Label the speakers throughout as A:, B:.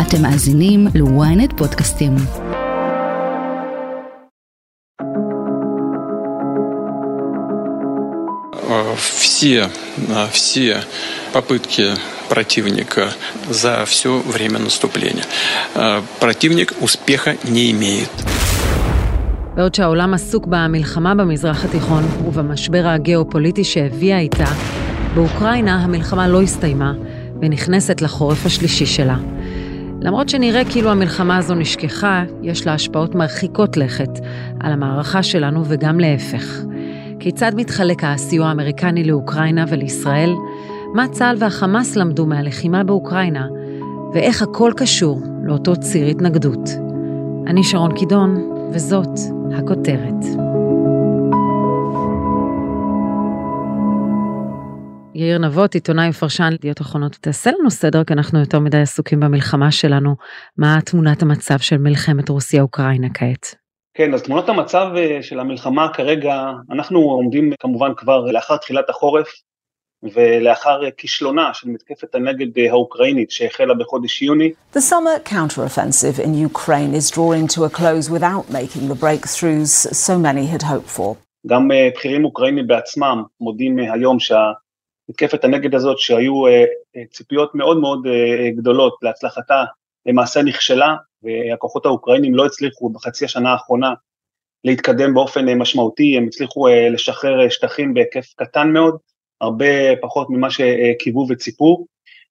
A: אתם מאזינים ל-ynet פודקאסטים.
B: Все попытки противника за все время наступления. Противник успеха не имеет.
C: בעוד שהעולם עסוק במלחמה במזרח התיכון ובמשבר הגיאופוליטי שהביאה איתה, באוקראינה המלחמה לא הסתיימה ונכנסת לחורף השלישי שלה. למרות שנראה כאילו המלחמה הזו נשכחה, יש לה השפעות מרחיקות לכת על המערכה שלנו וגם להפך. כיצד מתחלק הסיוע האמריקני לאוקראינה ולישראל? מה צה"ל והחמאס למדו מהלחימה באוקראינה? ואיך הכל קשור לאותו ציר התנגדות? אני שרון קידון, וזאת הכותרת. יאיר נבות, עיתונאי ופרשן ידיעות אחרונות, תעשה לנו סדר, כי אנחנו יותר מדי עסוקים במלחמה שלנו. מה תמונת המצב של מלחמת רוסיה-אוקראינה כעת?
D: כן, אז תמונת המצב של המלחמה כרגע, אנחנו עומדים כמובן כבר לאחר תחילת החורף, ולאחר כישלונה של מתקפת הנגד האוקראינית שהחלה בחודש יוני.
E: The summer counter-offensive in Ukraine is drawing to a close without making the breakthroughs so many had hoped for.
D: גם בכירים אוקראינים בעצמם מודים היום שהמתקפת הנגד הזאת, שהיו ציפיות מאוד מאוד גדולות להצלחתה, למעשה נכשלה, והכוחות האוקראינים לא הצליחו בחצי השנה האחרונה להתקדם באופן משמעותי, הם הצליחו לשחרר שטחים בהיקף קטן מאוד, הרבה פחות ממה שקיוו וציפו,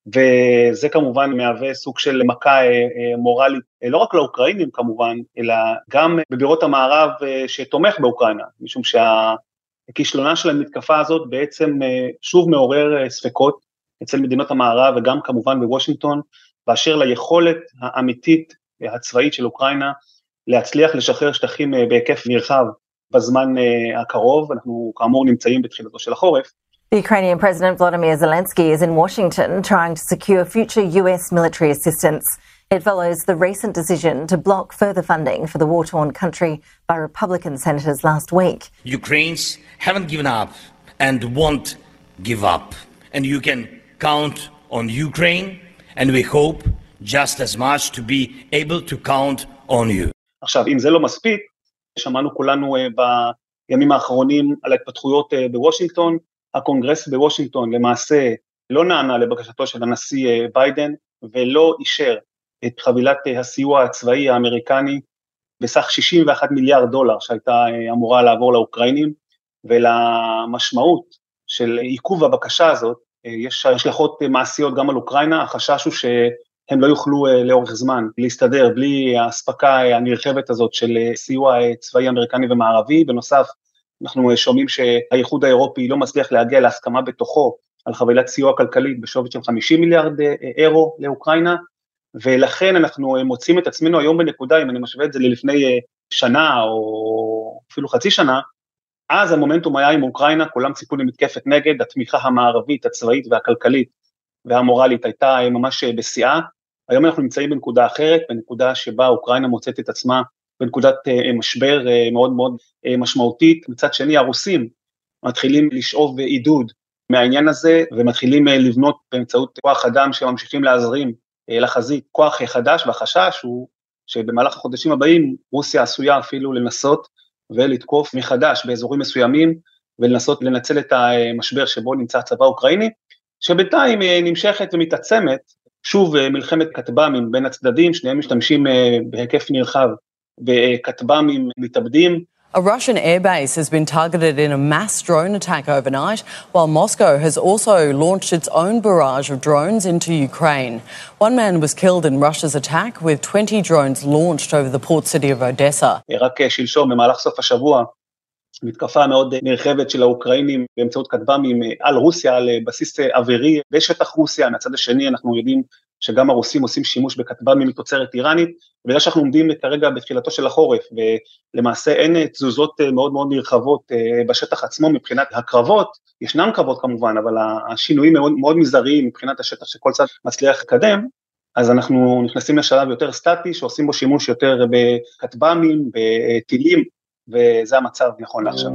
D: וזה כמובן מהווה סוג של מכה מורלית, לא רק לאוקראינים כמובן, אלא גם בבירות המערב שתומך באוקראינה, משום שהכישלונה של המתקפה הזאת בעצם שוב מעורר ספקות אצל מדינות המערב, וגם כמובן בוושינגטון, באשר ליכולת האמיתית הצבאית של אוקראינה, להצליח לשחרר שטחים בהיקף נרחב בזמן הקרוב. אנחנו כאמור נמצאים בתחילתו של החורף.
F: The Ukrainian President Volodymyr Zelensky is in Washington trying to secure future US military assistance. It follows the recent decision to block further funding for the war-torn country by Republican senators last week.
G: Ukrainians haven't given up and won't give up. And you can count on Ukraine, and we hope just as much to be able to count on you.
D: עכשיו, אם זה לא מספיק, שמענו כולנו בימים האחרונים על ההתפתחויות בוושינגטון, הקונגרס בוושינגטון למעשה לא נענה לבקשתו של הנשיא ביידן, ולא אישר את חבילת הסיוע הצבאי האמריקני בסך 61 מיליארד דולר שהייתה אמורה לעבור לאוקראינים, ולמשמעות של עיכוב הבקשה הזאת, יש השלכות מעשיות גם על אוקראינה. החשש הוא שהם לא יוכלו לאורך זמן להסתדר בלי ההספקה הנרחבת הזאת של סיוע צבאי אמריקני ומערבי. בנוסף, אנחנו שומעים שהאיחוד האירופי לא מצליח להגיע להסכמה בתוכו על חבילת סיוע כלכלית בשווי של 50 מיליארד אירו לאוקראינה, ולכן אנחנו מוצאים את עצמנו היום בנקודה, אם אני משווה את זה ללפני שנה או אפילו חצי שנה, אז המומנטום היה עם אוקראינה, כולם ציפו למתקפת נגד, התמיכה המערבית, הצבאית והכלכלית והמורלית הייתה ממש בשיאה. היום אנחנו נמצאים בנקודה אחרת, בנקודה שבה אוקראינה מוצאת את עצמה בנקודת משבר מאוד מאוד משמעותית. מצד שני, הרוסים מתחילים לשאוב עידוד מהעניין הזה, ומתחילים לבנות באמצעות כוח אדם שממשיכים להזרים לחזית כוח חדש, והחשש הוא שבמהלך החודשים הבאים רוסיה עשויה אפילו לנסות ולתקוף מחדש באזורים מסוימים, ולנסות לנצל את המשבר שבו נמצא הצבא האוקראיני, שבינתיים נמשכת ומתעצמת, שוב מלחמת כטב"מים בין הצדדים, שניהם משתמשים בהיקף נרחב בכטב"מים מתאבדים.
H: A Russian airbase has been targeted in a mass drone attack overnight, while Moscow has also launched its own barrage of drones into Ukraine. One man was killed in Russia's attack, with 20 drones launched over the port city of Odessa.
D: רק שלשום במהלך סוף השבוע, מתקפה מאוד נרחבת של האוקראינים באמצעות כטב"מים על רוסיה, על בסיס אווירי בשטח רוסיה. מהצד השני אנחנו יודעים שגם הרוסים עושים שימוש בכטב"מים מתוצרת איראנית, בגלל שאנחנו עומדים כרגע בתחילתו של החורף, ולמעשה אין תזוזות מאוד מאוד נרחבות בשטח עצמו מבחינת הקרבות, ישנם קרבות כמובן, אבל השינויים מאוד, מאוד מזעריים מבחינת השטח שכל צד מצליח לקדם, אז אנחנו נכנסים לשלב יותר סטטי, שעושים בו שימוש יותר בכטב"מים, בטילים, וזה המצב נכון לעכשיו.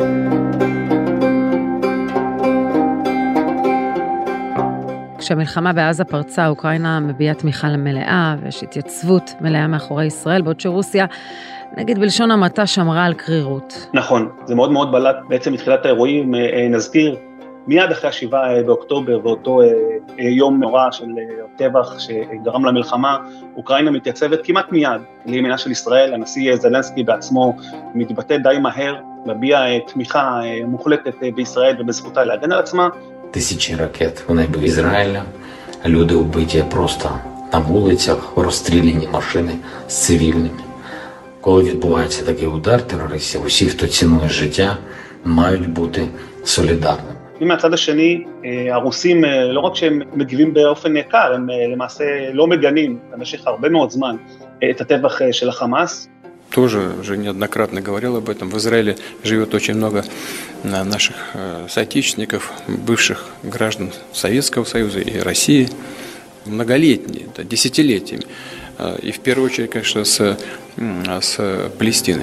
C: כשהמלחמה בעזה פרצה, אוקראינה מביעה תמיכה מלאה, ויש התייצבות מלאה מאחורי ישראל, בעוד שרוסיה, נגיד בלשון המעטה, שמרה על קרירות.
D: נכון, זה מאוד מאוד בלט. בעצם מתחילת האירועים, נזכיר, מיד אחרי 7 באוקטובר, ואותו יום נורא של טבח שגרם למלחמה, אוקראינה מתייצבת כמעט מיד לימינה של ישראל. הנשיא זלנסקי בעצמו מתבטא די מהר, מביע תמיכה מוחלטת בישראל ובזכותה להגן על עצמה.
I: Тисячі ракет в небі Ізраїля, люди вбиті просто на вулицях, розстріляні машини з цивільними. Коли відбувається такий удар терористів, усі, хто цінує життя, мають бути солідарними.
D: ומהצד השני, הרוסים לא רק שהם מגיבים באופן קר, הם למעשה לא מגנים במשך הרבה מאוד זמן את הטבח של החמאס.
B: Тоже уже неоднократно говорил об этом. В Израиле живет очень много наших соотечественников, бывших граждан Советского Союза и России, многолетние, да, десятилетиями. И в первую очередь, конечно, с Палестиной.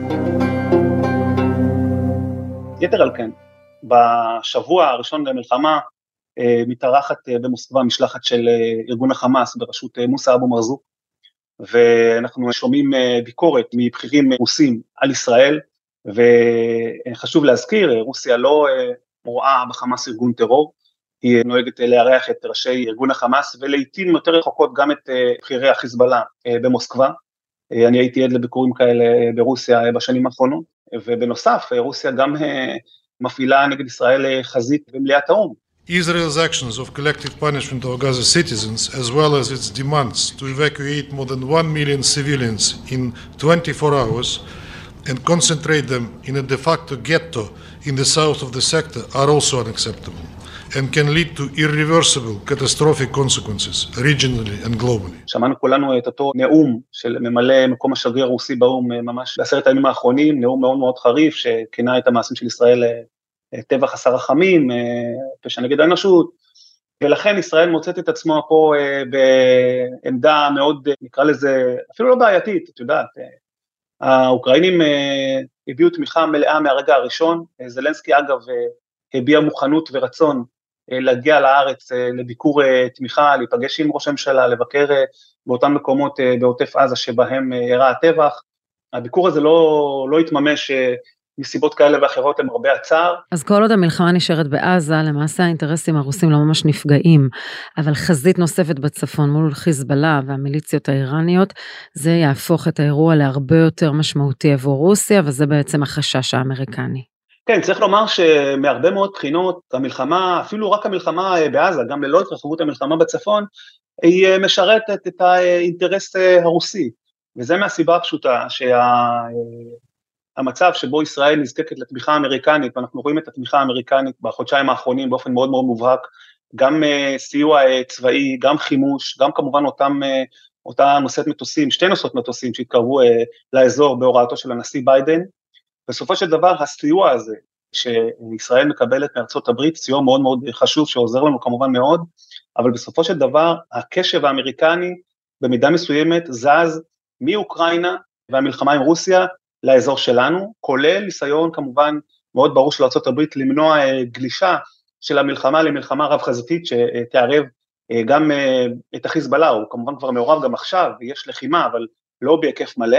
D: יתר על כן, בשבוע הראשון למלחמה מתארחת במוסקבה משלחת של ארגון החמאס בראשות מוסא אבו מרזוק, ואנחנו שומעים ביקורת מבכירים רוסים על ישראל, וחשוב להזכיר, רוסיה לא רואה בחמאס ארגון טרור, היא נוהגת לארח את ראשי ארגון החמאס, ולעיתים יותר רחוקות גם את בכירי החיזבאללה במוסקבה. אני הייתי עד לביקורים כאלה ברוסיה בשנים האחרונות, ובנוסף, רוסיה גם מפעילה נגד ישראל חזית במליאת האו"ם.
J: Israel's actions of collective punishment of Gaza citizens, as well as its demands to evacuate more than 1 million civilians in 24 hours and concentrate them in a de facto ghetto in the south of the sector, are also unacceptable and can lead to irreversible catastrophic consequences regionally and globally.
D: שמענו כולנו את אותו נאום של ממלא מקום השגריר הרוסי באו"ם ממש ב10 הימים האחרונים, נאום מאוד מאוד חריף שכינה את המעשים של ישראל טבח חסר רחמים, פשע נגד האנושות, ולכן ישראל מוצאת את עצמו פה בעמדה מאוד, נקרא לזה, אפילו לא בעייתית, את יודעת, האוקראינים הביעו תמיכה מלאה מהרגע הראשון, זלנסקי אגב הביע מוכנות ורצון להגיע לארץ לביקור תמיכה, להיפגש עם ראש הממשלה, לבקר באותם מקומות בעוטף עזה שבהם אירע הטבח. הביקור הזה לא התממש מסיבות כאלה ואחרות למרבה הצער.
C: אז כל עוד המלחמה נשארת בעזה, למעשה האינטרסים הרוסים לא ממש נפגעים, אבל חזית נוספת בצפון מול חיזבאללה והמיליציות האיראניות, זה יהפוך את האירוע להרבה יותר משמעותי עבור רוסיה, וזה בעצם החשש האמריקני.
D: כן, צריך לומר שמהרבה מאוד בחינות, המלחמה, אפילו רק המלחמה בעזה, גם ללא התרחבות המלחמה בצפון, היא משרתת את האינטרס הרוסי, וזה מהסיבה הפשוטה שהמצב שבו ישראל נזקקת לתמיכה האמריקנית, ואנחנו רואים את התמיכה האמריקנית בחודשיים האחרונים באופן מאוד מאוד מובהק, גם סיוע צבאי, גם חימוש, גם כמובן אותה נושאת מטוסים, 2 נושאות מטוסים שהתקרבו לאזור בהוראתו של הנשיא ביידן, בסופו של דבר הסיוע הזה שישראל מקבלת מארצות הברית, סיוע מאוד מאוד חשוב שעוזר לנו כמובן מאוד, אבל בסופו של דבר הקשב האמריקני במידה מסוימת זז מאוקראינה והמלחמה עם רוסיה לאזור שלנו, כולל ניסיון כמובן מאוד ברור של ארצות הברית למנוע גלישה של המלחמה למלחמה רב חזיתית שתערב גם את החיזבאללה, הוא כמובן כבר מעורב גם עכשיו, ויש לחימה אבל לא בהיקף מלא,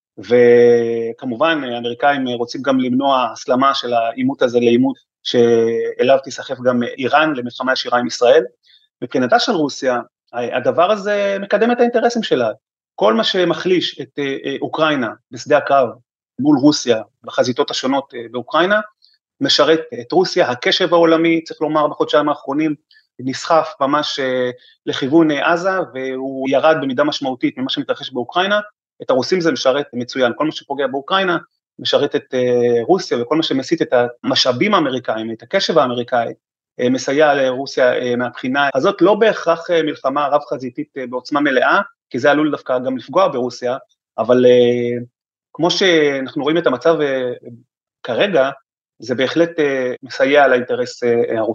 D: וכמובן האמריקאים רוצים גם למנוע הסלמה של העימות הזה לעימות שאליו תיסחף גם איראן למלחמה ישירה עם ישראל. מבחינתה של רוסיה, הדבר הזה מקדם את האינטרסים שלה, כל מה שמחליש את אוקראינה בשדה הקרב מול רוסיה בחזיתות השונות באוקראינה, משרת את רוסיה, הקשב העולמי, צריך לומר בחודשיים האחרונים, נסחף ממש לכיוון עזה, והוא ירד במידה משמעותית ממה שמתרחש באוקראינה, את הרוסים זה משרת מצוין, כל מה שפוגע באוקראינה משרת את רוסיה, וכל מה שמסיט את המשאבים האמריקאים, את הקשב האמריקאי, מסייע לרוסיה מהבחינה הזאת, לא בהכרח מלחמה רב חזיתית בעוצמה מלאה, כי זה עלול דווקא גם לפגוע ברוסיה, אבל כמו שאנחנו רואים את המצב כרגע, זה בהחלט מסייע לאינטרס הרוסי.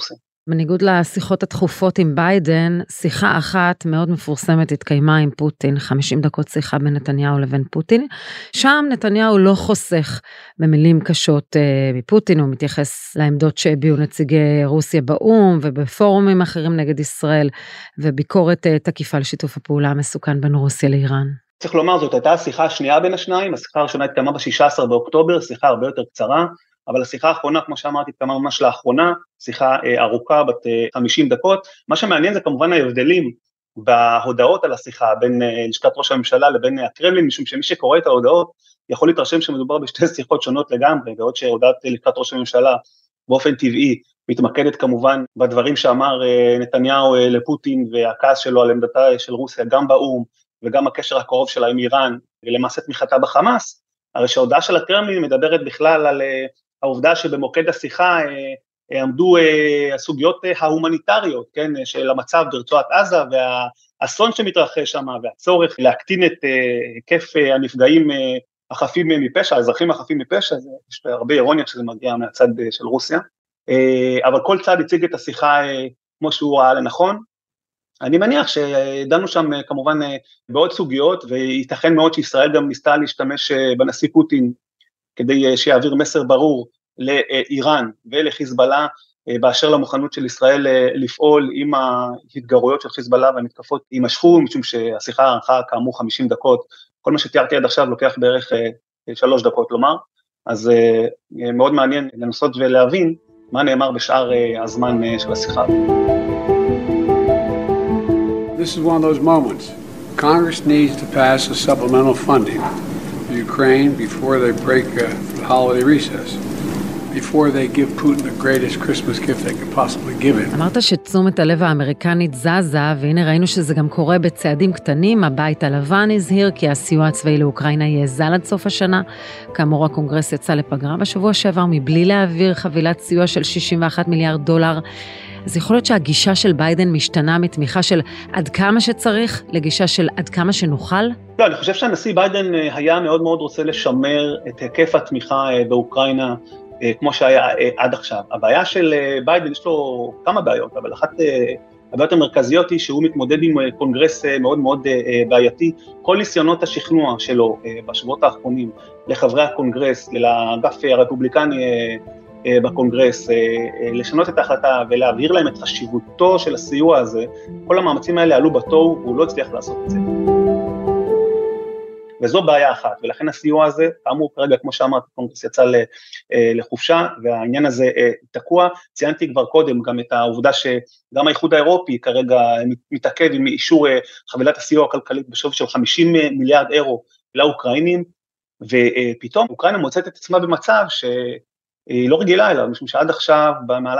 C: בניגוד לשיחות התכופות עם ביידן, שיחה אחת מאוד מפורסמת התקיימה עם פוטין, 50 דקות שיחה בין נתניהו לבין פוטין. שם נתניהו לא חוסך במילים קשות מפוטין, הוא מתייחס לעמדות שהביעו נציגי רוסיה באום ובפורומים אחרים נגד ישראל, וביקורת תקיפה לשיתוף הפעולה המסוכן בין רוסיה לאיראן.
D: צריך לומר, זאת הייתה השיחה השנייה בין השניים, השיחה הראשונה התקיימה ב-16 באוקטובר, שיחה הרבה יותר קצרה, אבל השיחה האחרונה, כמו שאמרתי, התקיימה ממש לאחרונה, שיחה ארוכה בת 50 דקות. מה שמעניין זה כמובן ההבדלים בהודעות על השיחה בין לשכת ראש הממשלה לבין הקרמלין, משום שמי שקורא את ההודעות יכול להתרשם שמדובר בשתי שיחות שונות לגמרי, בעוד שהודעת לשכת ראש הממשלה באופן טבעי מתמקדת כמובן בדברים שאמר נתניהו לפוטין והכעס שלו על עמדתה של רוסיה גם באום וגם הקשר הקרוב שלה עם איראן ולמעשה תמיכתה בחמאס. הרי שההודעה של הקרמלין מדברת בכלל על העובדה שבמוקד השיחה עמדו הסוגיות ההומניטריות, כן, של המצב ברצועת עזה והאסון שמתרחש שם והצורך להקטין את היקף הנפגעים החפים מפשע, האזרחים החפים מפשע, יש הרבה אירוניה שזה מגיע מהצד של רוסיה, אבל כל צד הציג את השיחה כמו שהוא ראה לנכון. אני מניח שדנו שם כמובן בעוד סוגיות, וייתכן מאוד שישראל גם ניסתה להשתמש בנשיא פוטין, כדי שיעביר מסר ברור לאיראן ולחיזבאללה, באשר למוכנות של ישראל לפעול עם ההתגרויות של חיזבאללה והמתקפות יימשכו, משום שהשיחה ערכה כאמור 50 דקות, כל מה שתיארתי עד עכשיו לוקח בערך 3 דקות לומר, אז מאוד מעניין לנסות ולהבין מה נאמר בשאר הזמן של השיחה.
K: This is one of those moments. Congress needs to pass a supplemental funding for Ukraine before they break the holiday recess, before they give Putin the greatest Christmas gift they could possibly give him.
C: אמרת שתשומת הלב האמריקנית זזה, והנה ראינו שזה גם קורה בצעדים קטנים. הבית הלבן הזהיר כי הסיוע הצבאי לאוקראינה יאזל עד סוף השנה. כאמור, הקונגרס יצא לפגרה בשבוע שעבר מבלי להעביר חבילת סיוע של $61 מיליארד. אז יכול להיות שהגישה של ביידן משתנה מתמיכה של עד כמה שצריך לגישה של עד כמה שנוכל?
D: לא, אני חושב שהנשיא ביידן היה מאוד מאוד רוצה לשמר את היקף התמיכה באוקראינה כמו שהיה עד עכשיו. הבעיה של ביידן, יש לו כמה בעיות, אבל אחת הבעיות המרכזיות היא שהוא מתמודד עם קונגרס מאוד מאוד בעייתי. כל ניסיונות השכנוע שלו בשבועות האחרונים לחברי הקונגרס, לאגף הרפובליקני בקונגרס, לשנות את ההחלטה ולהבהיר להם את חשיבותו של הסיוע הזה, כל המאמצים האלה עלו בתוהו והוא לא הצליח לעשות את זה. וזו בעיה אחת, ולכן הסיוע הזה, כאמור כרגע, כמו שאמרת, הקונגרס יצא לחופשה, והעניין הזה תקוע. ציינתי כבר קודם גם את העובדה שגם האיחוד האירופי כרגע מתעכב עם אישור חבילת הסיוע הכלכלית בשווי של 50 מיליארד אירו לאוקראינים, ופתאום אוקראינה מוצאת את עצמה במצב שהיא לא רגילה אליו, משום שעד עכשיו,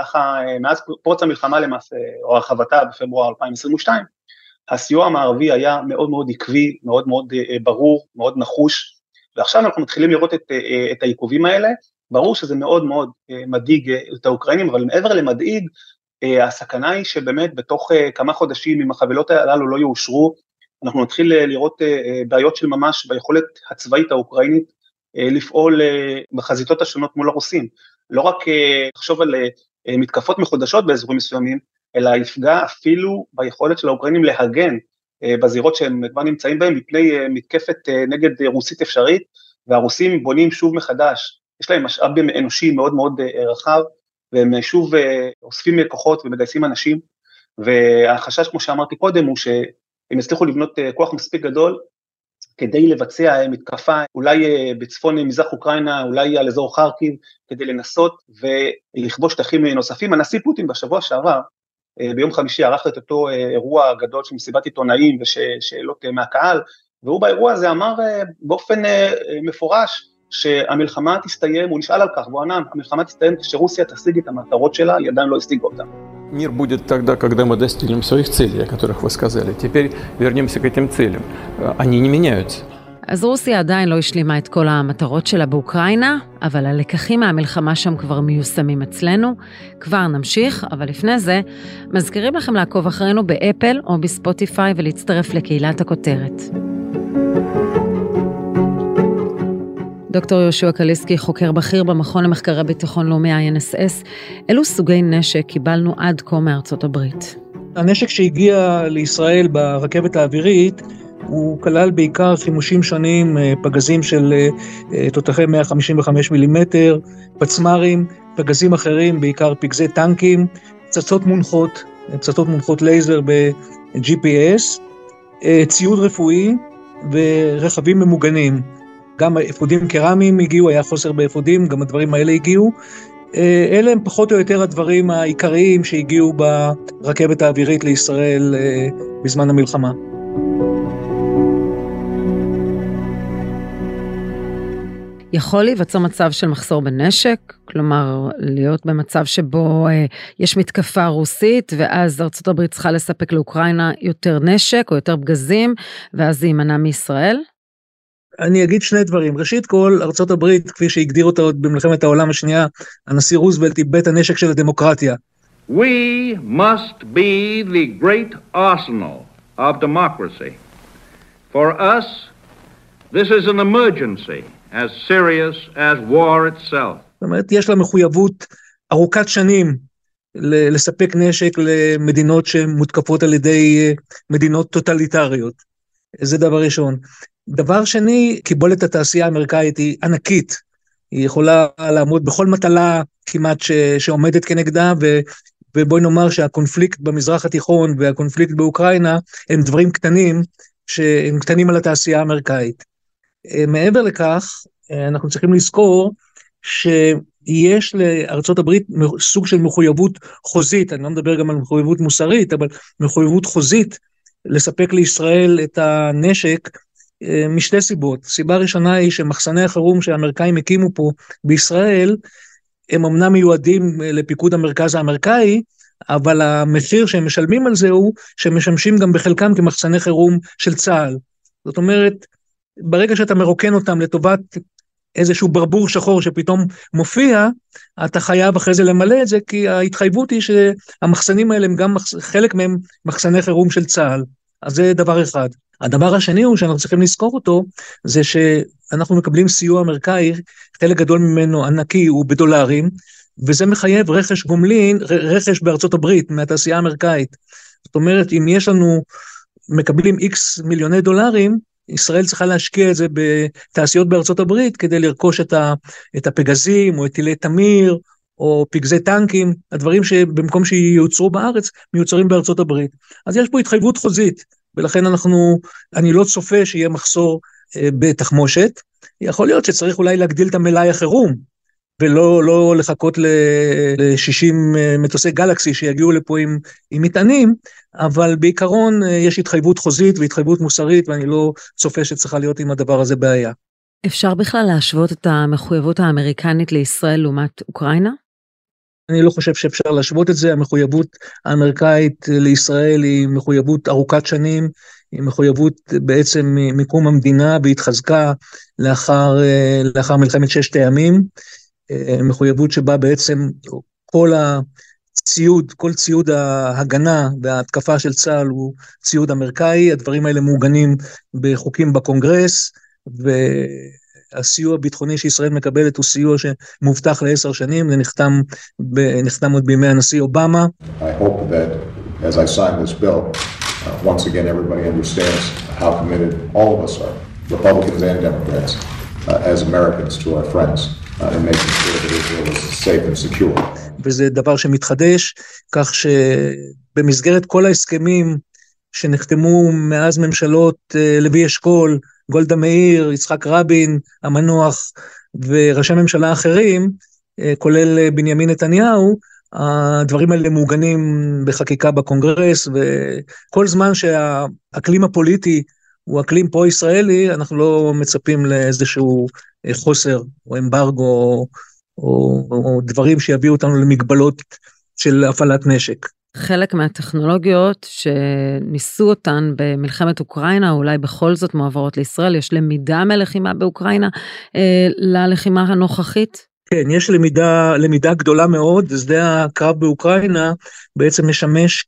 D: מאז פרוץ המלחמה למעשה, או הרחבתה בפברואר 2022, הסיוע המערבי היה מאוד מאוד עקבי, מאוד מאוד ברור, מאוד נחוש, ועכשיו אנחנו מתחילים לראות את העיכובים האלה. ברור שזה מאוד מאוד מדאיג את האוקראינים, אבל מעבר למדאיג, הסכנה היא שבאמת בתוך כמה חודשים, אם החבילות הללו לא יאושרו, אנחנו נתחיל לראות בעיות של ממש ביכולת הצבאית האוקראינית, לפעול בחזיתות השונות מול הרוסים. לא רק לחשוב על מתקפות מחודשות באזורים מסוימים, אלא יפגע אפילו ביכולת של האוקראינים להגן בזירות שהם כבר נמצאים בהם, מפני מתקפת נגד רוסית אפשרית, והרוסים בונים שוב מחדש, יש להם משאב אנושי מאוד מאוד רחב, והם שוב אוספים כוחות ומגייסים אנשים, והחשש כמו שאמרתי קודם, הוא שהם יצליחו לבנות כוח מספיק גדול, כדי לבצע מתקפה, אולי בצפון מזרח אוקראינה, אולי על אזור חרקיב, כדי לנסות ולכבוש שטחים נוספים. הנשיא פוטין בשבוע שעבר, ביום חמישי ערך את אותו אירוע גדול של מסיבת עיתונאים ושאלות מהקהל, והוא באירוע הזה אמר באופן מפורש שהמלחמה תסתיים, הוא נשאל על כך, והוא ענה, המלחמה תסתיים כשרוסיה תשיג את המטרות שלה, היא עדיין לא השיגה אותה.
B: Мир будет тогда, когда мы достигнем своих целей, о которых вы сказали. Теперь вернемся к этим целям. Они не меняются.
C: אז רוסיה עדיין לא השלימה את כל המטרות שלה באוקראינה, אבל הלקחים מהמלחמה שם כבר מיושמים אצלנו. כבר נמשיך, אבל לפני זה, מזכירים לכם לעקוב אחרינו באפל או בספוטיפיי ולהצטרף לקהילת הכותרת. דוקטור יהושע קליסקי, חוקר בכיר במכון למחקרי ביטחון לאומי INSS, אילו סוגי נשק קיבלנו עד כה מארצות הברית?
L: הנשק שהגיע לישראל ברכבת האווירית, הוא כלל בעיקר חימושים שונים, פגזים של תותחי 155 מילימטר, פצמרים, פגזים אחרים, בעיקר פגזי טנקים, פצצות מונחות לייזר ב-GPS, ציוד רפואי ורכבים ממוגנים. גם אפודים קרמיים הגיעו, היה חוסר באפודים, גם הדברים האלה הגיעו. אלה הם פחות או יותר הדברים העיקריים שהגיעו ברכבת האווירית לישראל בזמן המלחמה.
C: יכול להיווצר מצב של מחסור בנשק? כלומר, להיות במצב שבו יש מתקפה רוסית, ואז ארצות הברית צריכה לספק לאוקראינה יותר נשק או יותר פגזים, ואז זה יימנע מישראל?
L: אני אגיד שני דברים. ראשית כל, ארצות הברית, כפי שהגדיר אותה עוד במלחמת העולם השנייה, הנשיא רוזוולט איבד הנשק של הדמוקרטיה.
M: We must be the great arsenal of democracy. For us, this is an emergency as serious as war itself.
L: זאת אומרת, יש לה מחויבות ארוכת שנים לספק נשק למדינות שמותקפות על ידי מדינות טוטליטריות. זה דבר ראשון. דבר שני, קיבולת התעשייה האמריקאית היא ענקית. היא יכולה לעמוד בכל מטלה כמעט שעומדת כנגדה, ובואי נאמר שהקונפליקט במזרח התיכון והקונפליקט באוקראינה הם דברים קטנים, שהם קטנים על התעשייה האמריקאית. מעבר לכך, אנחנו צריכים לזכור שיש לארצות הברית סוג של מחויבות חוזית, אני לא מדבר גם על מחויבות מוסרית, אבל מחויבות חוזית לספק לישראל את הנשק משתי סיבות. סיבה ראשונה היא שמחסני החירום שהאמריקאים הקימו פה בישראל, הם אמנם מיועדים לפיקוד המרכז האמריקאי, אבל המחיר שהם משלמים על זה הוא שהם משמשים גם בחלקם כמחסני חירום של צה"ל. זאת אומרת, ברגע שאתה מרוקן אותם לטובת איזשהו ברבור שחור שפתאום מופיע, אתה חייב אחרי זה למלא את זה, כי ההתחייבות היא שהמחסנים האלה הם גם חלק מהם מחסני חירום של צה"ל. אז זה דבר אחד. הדבר השני הוא שאנחנו צריכים לזכור אותו, זה שאנחנו מקבלים סיוע אמריקאי, חלק גדול ממנו ענקי הוא בדולרים, וזה מחייב רכש גומלין, רכש בארצות הברית, מהתעשייה האמריקאית. זאת אומרת, אם יש לנו, מקבלים X מיליוני דולרים, ישראל צריכה להשקיע את זה בתעשיות בארצות הברית, כדי לרכוש את הפגזים, או את טילי תמיר, או פגזי טנקים, הדברים שבמקום שיוצרו בארץ, מיוצרים בארצות הברית. אז יש פה התחייבות חוזית, ולכן אני לא צופה שיהיה מחסור בתחמושת. יכול להיות שצריך אולי להגדיל את המלאי החירום, ולא לחכות ל-60 מטוסי גלקסי שיגיעו לפה עם מטענים, אבל בעיקרון יש התחייבות חוזית והתחייבות מוסרית, ואני לא צופה שצריכה להיות עם הדבר הזה בעיה.
C: אפשר בכלל להשוות את המחויבות האמריקנית לישראל לעומת אוקראינה?
L: אני לא חושב שאפשר להשוות את זה. המחויבות האמריקאית לישראל היא מחויבות ארוכת שנים, היא מחויבות בעצם מקום המדינה, והתחזקה לאחר מלחמת ששת הימים, מחויבות שבה בעצם כל ציוד ההגנה וההתקפה של צה"ל הוא ציוד אמריקאי, הדברים האלה מעוגנים בחוקים בקונגרס, והסיוע הביטחוני שישראל מקבלת הוא סיוע שמובטח ל10 שנים, זה נחתם עוד בימי הנשיא אובמה.
N: I hope that as I sign this bill, once again everybody understands how committed all of us are, Republicans and Democrats, as Americans to our friends, and making sure that Israel is safe and secure.
L: וזה דבר שמתחדש, כך שבמסגרת כל ההסכמים שנחתמו מאז ממשלות לוי אשכול, גולדה מאיר, יצחק רבין, המנוח וראשי ממשלה אחרים, כולל בנימין נתניהו, הדברים האלה מעוגנים בחקיקה בקונגרס, וכל זמן שהאקלים הפוליטי הוא אקלים פרו-ישראלי, אנחנו לא מצפים לאיזשהו חוסר או אמברגו או דברים שיביאו אותנו למגבלות של הפעלת נשק.
C: חלק מהטכנולוגיות שניסו אותן במלחמת אוקראינה, אולי בכל זאת מועברות לישראל, יש למידה מלחימה באוקראינה ללחימה הנוכחית?
L: כן, יש למידה גדולה מאוד, שדה הקרב באוקראינה בעצם משמש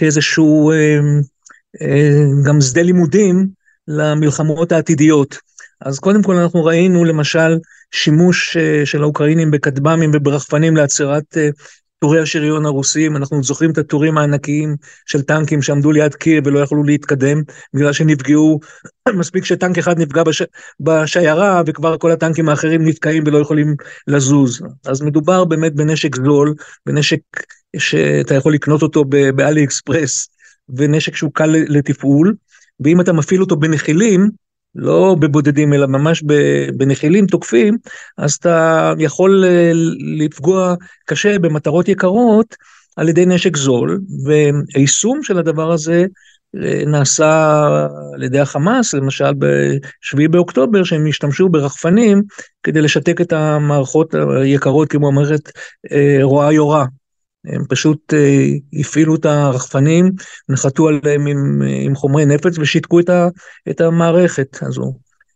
L: כאיזשהו גם שדה לימודים למלחמות העתידיות. אז קודם כל אנחנו ראינו למשל שימוש של האוקראינים בכטב"מים וברחפנים לעצירת טורי השריון הרוסיים. אנחנו זוכרים את הטורים הענקיים של טנקים שעמדו ליד קייב ולא יכלו להתקדם, בגלל שנפגעו, מספיק שטנק אחד נפגע בשיירה, וכבר כל הטנקים האחרים נתקעים ולא יכולים לזוז. אז מדובר באמת בנשק זול, בנשק שאתה יכול לקנות אותו באלי אקספרס, ונשק שהוא קל לתפעול, ואם אתה מפעיל אותו בנחילים, לא בבודדים, אלא ממש בנחילים תוקפים, אז אתה יכול לפגוע קשה במטרות יקרות על ידי נשק זול, והיישום של הדבר הזה נעשה על ידי החמאס, למשל ב7 באוקטובר, שהם השתמשו ברחפנים כדי לשתק את המערכות היקרות, כמו המערכת רואה יורה. הם פשוט הפעילו את הרחפנים, נחתו עליהם עם חומרי נפץ ושיתקו את המערכת הזו.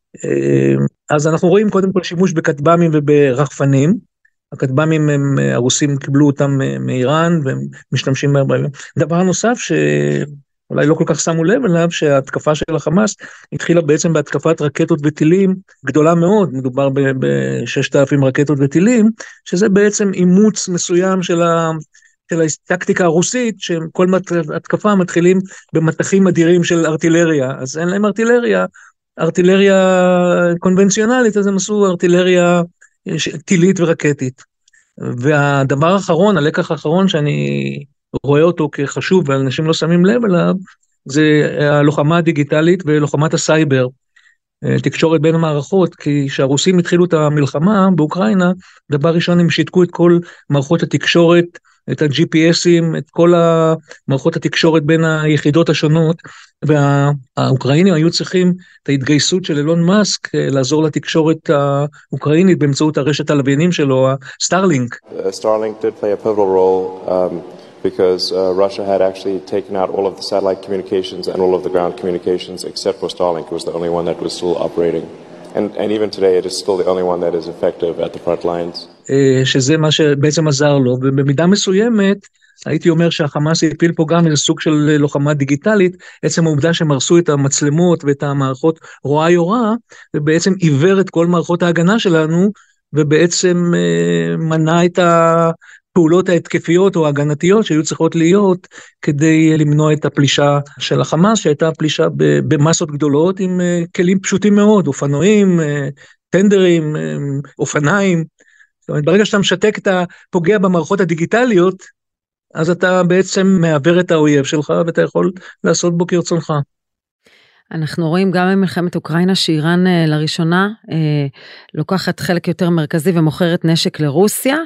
L: אז אנחנו רואים קודם כל שימוש בכטב"מים וברחפנים. הכטב"מים הרוסים קיבלו אותם מאיראן והם משתמשים בהם. דבר נוסף שאולי לא כל כך שמו לב אליו, שההתקפה של החמאס התחילה בעצם בהתקפת רקטות וטילים גדולה מאוד, מדובר ב6,000 רקטות וטילים, שזה בעצם אימוץ מסוים של הטקטיקה הרוסית, שכל התקפה מתחילים במטחים אדירים של ארטילריה, אז אין להם ארטילריה קונבנציונלית, אז הם עשו ארטילריה טילית ורקטית. והדבר האחרון, הלקח האחרון שאני רואה אותו כחשוב, ואנשים לא שמים לב אליו, זה הלוחמה הדיגיטלית ולוחמת הסייבר, תקשורת בין המערכות, כי שהרוסים התחילו את המלחמה באוקראינה, דבר ראשון הם שיתקו את כל מערכות התקשורת, את ה-GPSים, את כל מערכות התקשורת בין היחידות השונות, והאוקראינים היו צריכים את ההתגייסות של אילון מאסק, לעזור לתקשורת האוקראינית באמצעות הרשת הלוויינים שלו, הסטארלינק.
O: Starlink did play a pivotal role because Russia had actually taken out all of the satellite communications and all of the ground communications except for Starlink. It was the only one that was still operating. And even today it is still the only one that is effective at the front lines.
L: שזה מה שבעצם עזר לו, ובמידה מסוימת הייתי אומר שהחמאס הפיל פה גם איזה סוג של לוחמה דיגיטלית, עצם העובדה שהם הרסו את המצלמות ואת המערכות רואה יורה, ובעצם עיוור את כל מערכות ההגנה שלנו, ובעצם מנע את הפעולות ההתקפיות או ההגנתיות שהיו צריכות להיות, כדי למנוע את הפלישה של החמאס, שהייתה פלישה במסות גדולות עם כלים פשוטים מאוד, אופנועים, טנדרים, אופניים. זאת אומרת, ברגע שאתה משתק את הפוגע במערכות הדיגיטליות, אז אתה בעצם מעבר את האויב שלך, ואתה יכול לעשות בו כרצונך.
C: אנחנו רואים גם במלחמת אוקראינה שאיראן לראשונה לוקחת חלק יותר מרכזי ומוכרת נשק לרוסיה,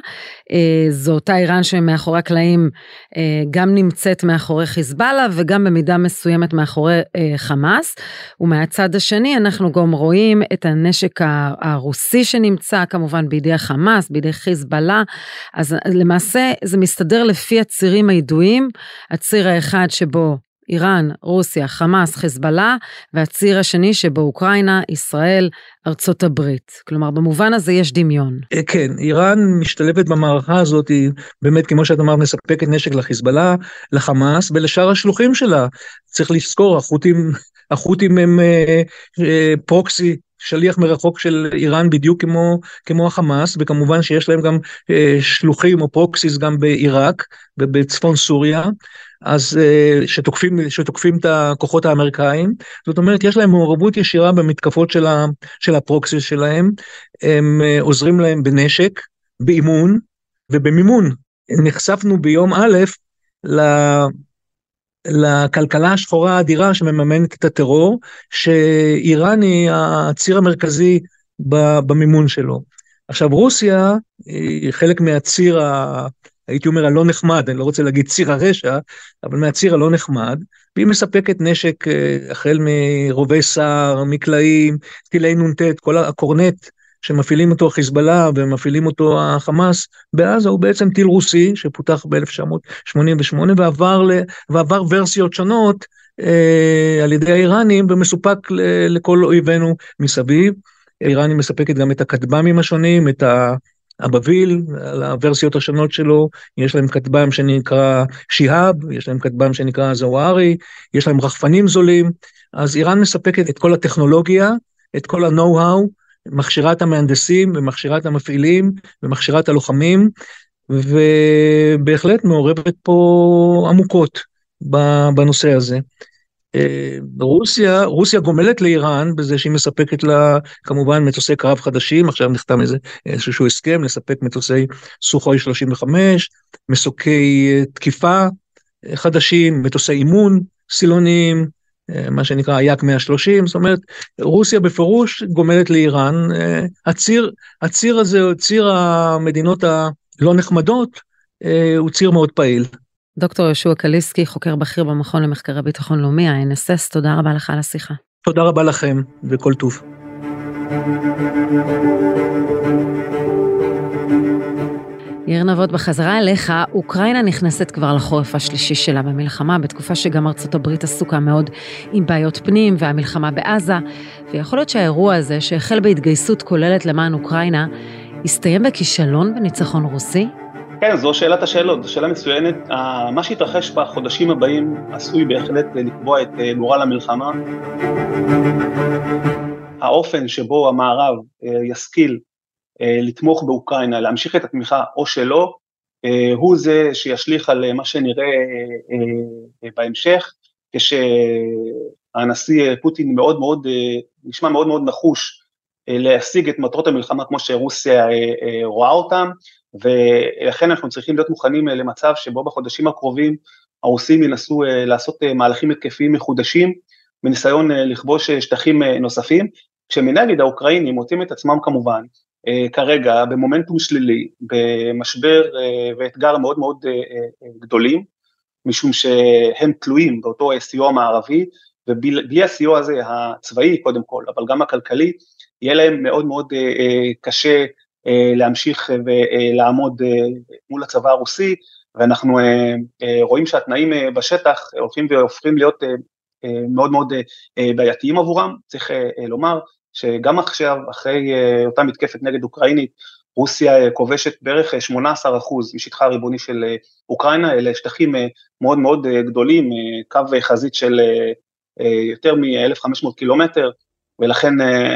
C: זו אותה איראן שמאחורי הקלעים גם נמצאת מאחורי חיזבאללה וגם במידה מסוימת מאחורי חמאס, ומהצד השני אנחנו גם רואים את הנשק הרוסי שנמצא כמובן בידי החמאס, בידי חיזבאללה, אז למעשה זה מסתדר לפי הצירים הידועים, הציר האחד שבו איראן, רוסיה, חמאס, חיזבאללה, והציר השני שבו אוקראינה, ישראל, ארצות הברית. כלומר, במובן הזה יש דמיון. כן,
L: איראן משתלבת במערכה הזאת, היא באמת, כמו שאת אמרת, מספקת נשק לחיזבאללה, לחמאס, ולשאר השלוחים שלה. צריך לזכור, החות'ים הם פרוקסי, שליח מרחוק של איראן בדיוק כמו החמאס, וכמובן שיש להם גם שלוחים או פרוקסיס גם בעיראק ובצפון סוריה, אז שתוקפים את הכוחות האמריקאים, זאת אומרת יש להם מעורבות ישירה במתקפות של הפרוקסיס שלהם, הם עוזרים להם בנשק, באימון ובמימון. נחשפנו ביום א' לכלכלה השחורה האדירה שמממנת את הטרור, שאיראן היא הציר המרכזי במימון שלו. עכשיו רוסיה היא חלק מהציר, הייתי אומר הלא נחמד, אני לא רוצה להגיד ציר הרשע, אבל מהציר הלא נחמד, והיא מספקת נשק החל מרובי סער, מקלעים, טילי נ"ט, כל הקורנט שמפעילים אותו החיזבאללה ומפעילים אותו החמאס בעזה, הוא בעצם טיל רוסי שפותח ב-1988 ועבר ורסיות שונות על ידי האיראנים ומסופק לכל אויבינו מסביב. האיראנים מספקת גם את הכטב"מים השונים, את הבביל, על הוורסיות השונות שלו, יש להם כטב"ם שנקרא שיהאב, יש להם כטב"ם שנקרא זווארי, יש להם רחפנים זולים, אז איראן מספקת את כל הטכנולוגיה, את כל ה-know-how, מכשירת המהנדסים ומכשירת המפעילים ומכשירת הלוחמים, ובהחלט מעורבת פה עמוקות בנושא הזה. רוסיה גומלת לאיראן בזה שהיא מספקת לה כמובן מטוסי קרב חדשים, עכשיו נחתם איזשהו הסכם לספק מטוסי סוחוי 35, מסוקי תקיפה חדשים, מטוסי אימון סילוניים, מה שנקרא אייק 130, זאת אומרת, רוסיה בפירוש גומלת לאיראן, הציר הזה, ציר המדינות הלא נחמדות, הוא ציר מאוד פעיל.
C: דוקטור יהושע קליסקי, חוקר בכיר במכון למחקרי ביטחון לאומי, ה-NSS, תודה רבה לך על השיחה.
L: תודה רבה לכם, וכל טוב.
C: יאיר נבות, בחזרה אליך, אוקראינה נכנסת כבר לחורף השלישי שלה במלחמה, בתקופה שגם ארצות הברית עסוקה מאוד עם בעיות פנים והמלחמה בעזה, ויכול להיות שהאירוע הזה, שהחל בהתגייסות כוללת למען אוקראינה, יסתיים בכישלון בניצחון רוסי?
D: כן, זו שאלת השאלות, זו שאלה מצוינת. מה שהתרחש בחודשים הבאים עשוי בהחלט לקבוע את גורל המלחמה. האופן שבו המערב ישכיל לתמוך באוקראינה, להמשיך את התמיכה או שלא, הוא זה שישליך על מה שנראה בהמשך, כשהנשיא פוטין נשמע מאוד מאוד נחוש להשיג את מטרות המלחמה כמו שרוסיה רואה אותם, ולכן אנחנו צריכים להיות מוכנים למצב שבו בחודשים הקרובים הרוסים ינסו לעשות מהלכים התקפיים מחודשים, בניסיון לכבוש שטחים נוספים, כשמנגד האוקראינים מוצאים את עצמם כמובן, כרגע במומנטום שלילי, במשבר ואתגר מאוד מאוד גדולים, משום שהם תלויים באותו סיוע מערבי, ובלי הסיוע הזה הצבאי קודם כל, אבל גם הכלכלי, יהיה להם מאוד מאוד קשה להמשיך ולעמוד מול הצבא הרוסי, ואנחנו רואים שהתנאים בשטח הופכים להיות מאוד מאוד בעייתיים עבורם. צריך לומר שגם עכשיו, אחרי אותה מתקפת נגד אוקראינית, רוסיה כובשת בערך 18% משטחה הריבוני של אוקראינה, אלה שטחים מאוד מאוד גדולים, קו חזית של יותר מ-1,500 קילומטר, ולכן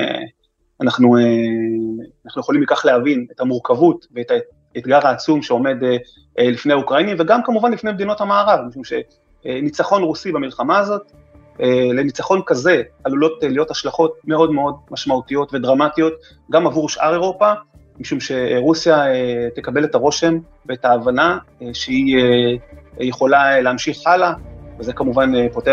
D: אנחנו יכולים מכך להבין את המורכבות ואת האתגר העצום שעומד לפני האוקראינים, וגם כמובן לפני מדינות המערב, משום שניצחון רוסי במלחמה הזאת, לניצחון כזה עלולות להיות השלכות מאוד מאוד משמעותיות ודרמטיות, גם עבור שאר אירופה, משום שרוסיה תקבל את הרושם ואת ההבנה שהיא יכולה להמשיך הלאה, וזה כמובן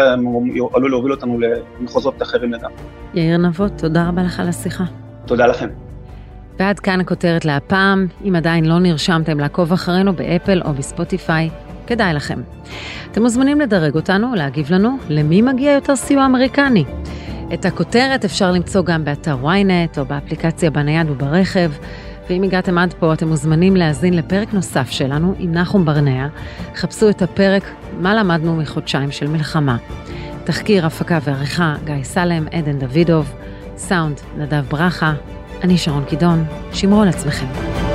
D: עלול להוביל אותנו למחוזות אחרים לגמרי.
C: יאיר נבות, תודה רבה לך על השיחה.
D: תודה לכם.
C: ועד כאן הכותרת להפעם. אם עדיין לא נרשמתם לעקוב אחרינו באפל או בספוטיפיי, כדאי לכם. אתם מוזמנים לדרג אותנו, להגיב לנו למי מגיע יותר סיוע אמריקני. את הכותרת אפשר למצוא גם באתר ynet או באפליקציה בנייד וברכב, ואם הגעתם עד פה אתם מוזמנים להאזין לפרק נוסף שלנו עם נחום ברנע. חפשו את הפרק מה למדנו מחודשיים של מלחמה. תחקיר, הפקה ועריכה גיא סלם, עדן דוידוב, סאונד נדב ברכה, אני שרון קידון, שמרו על עצמכם.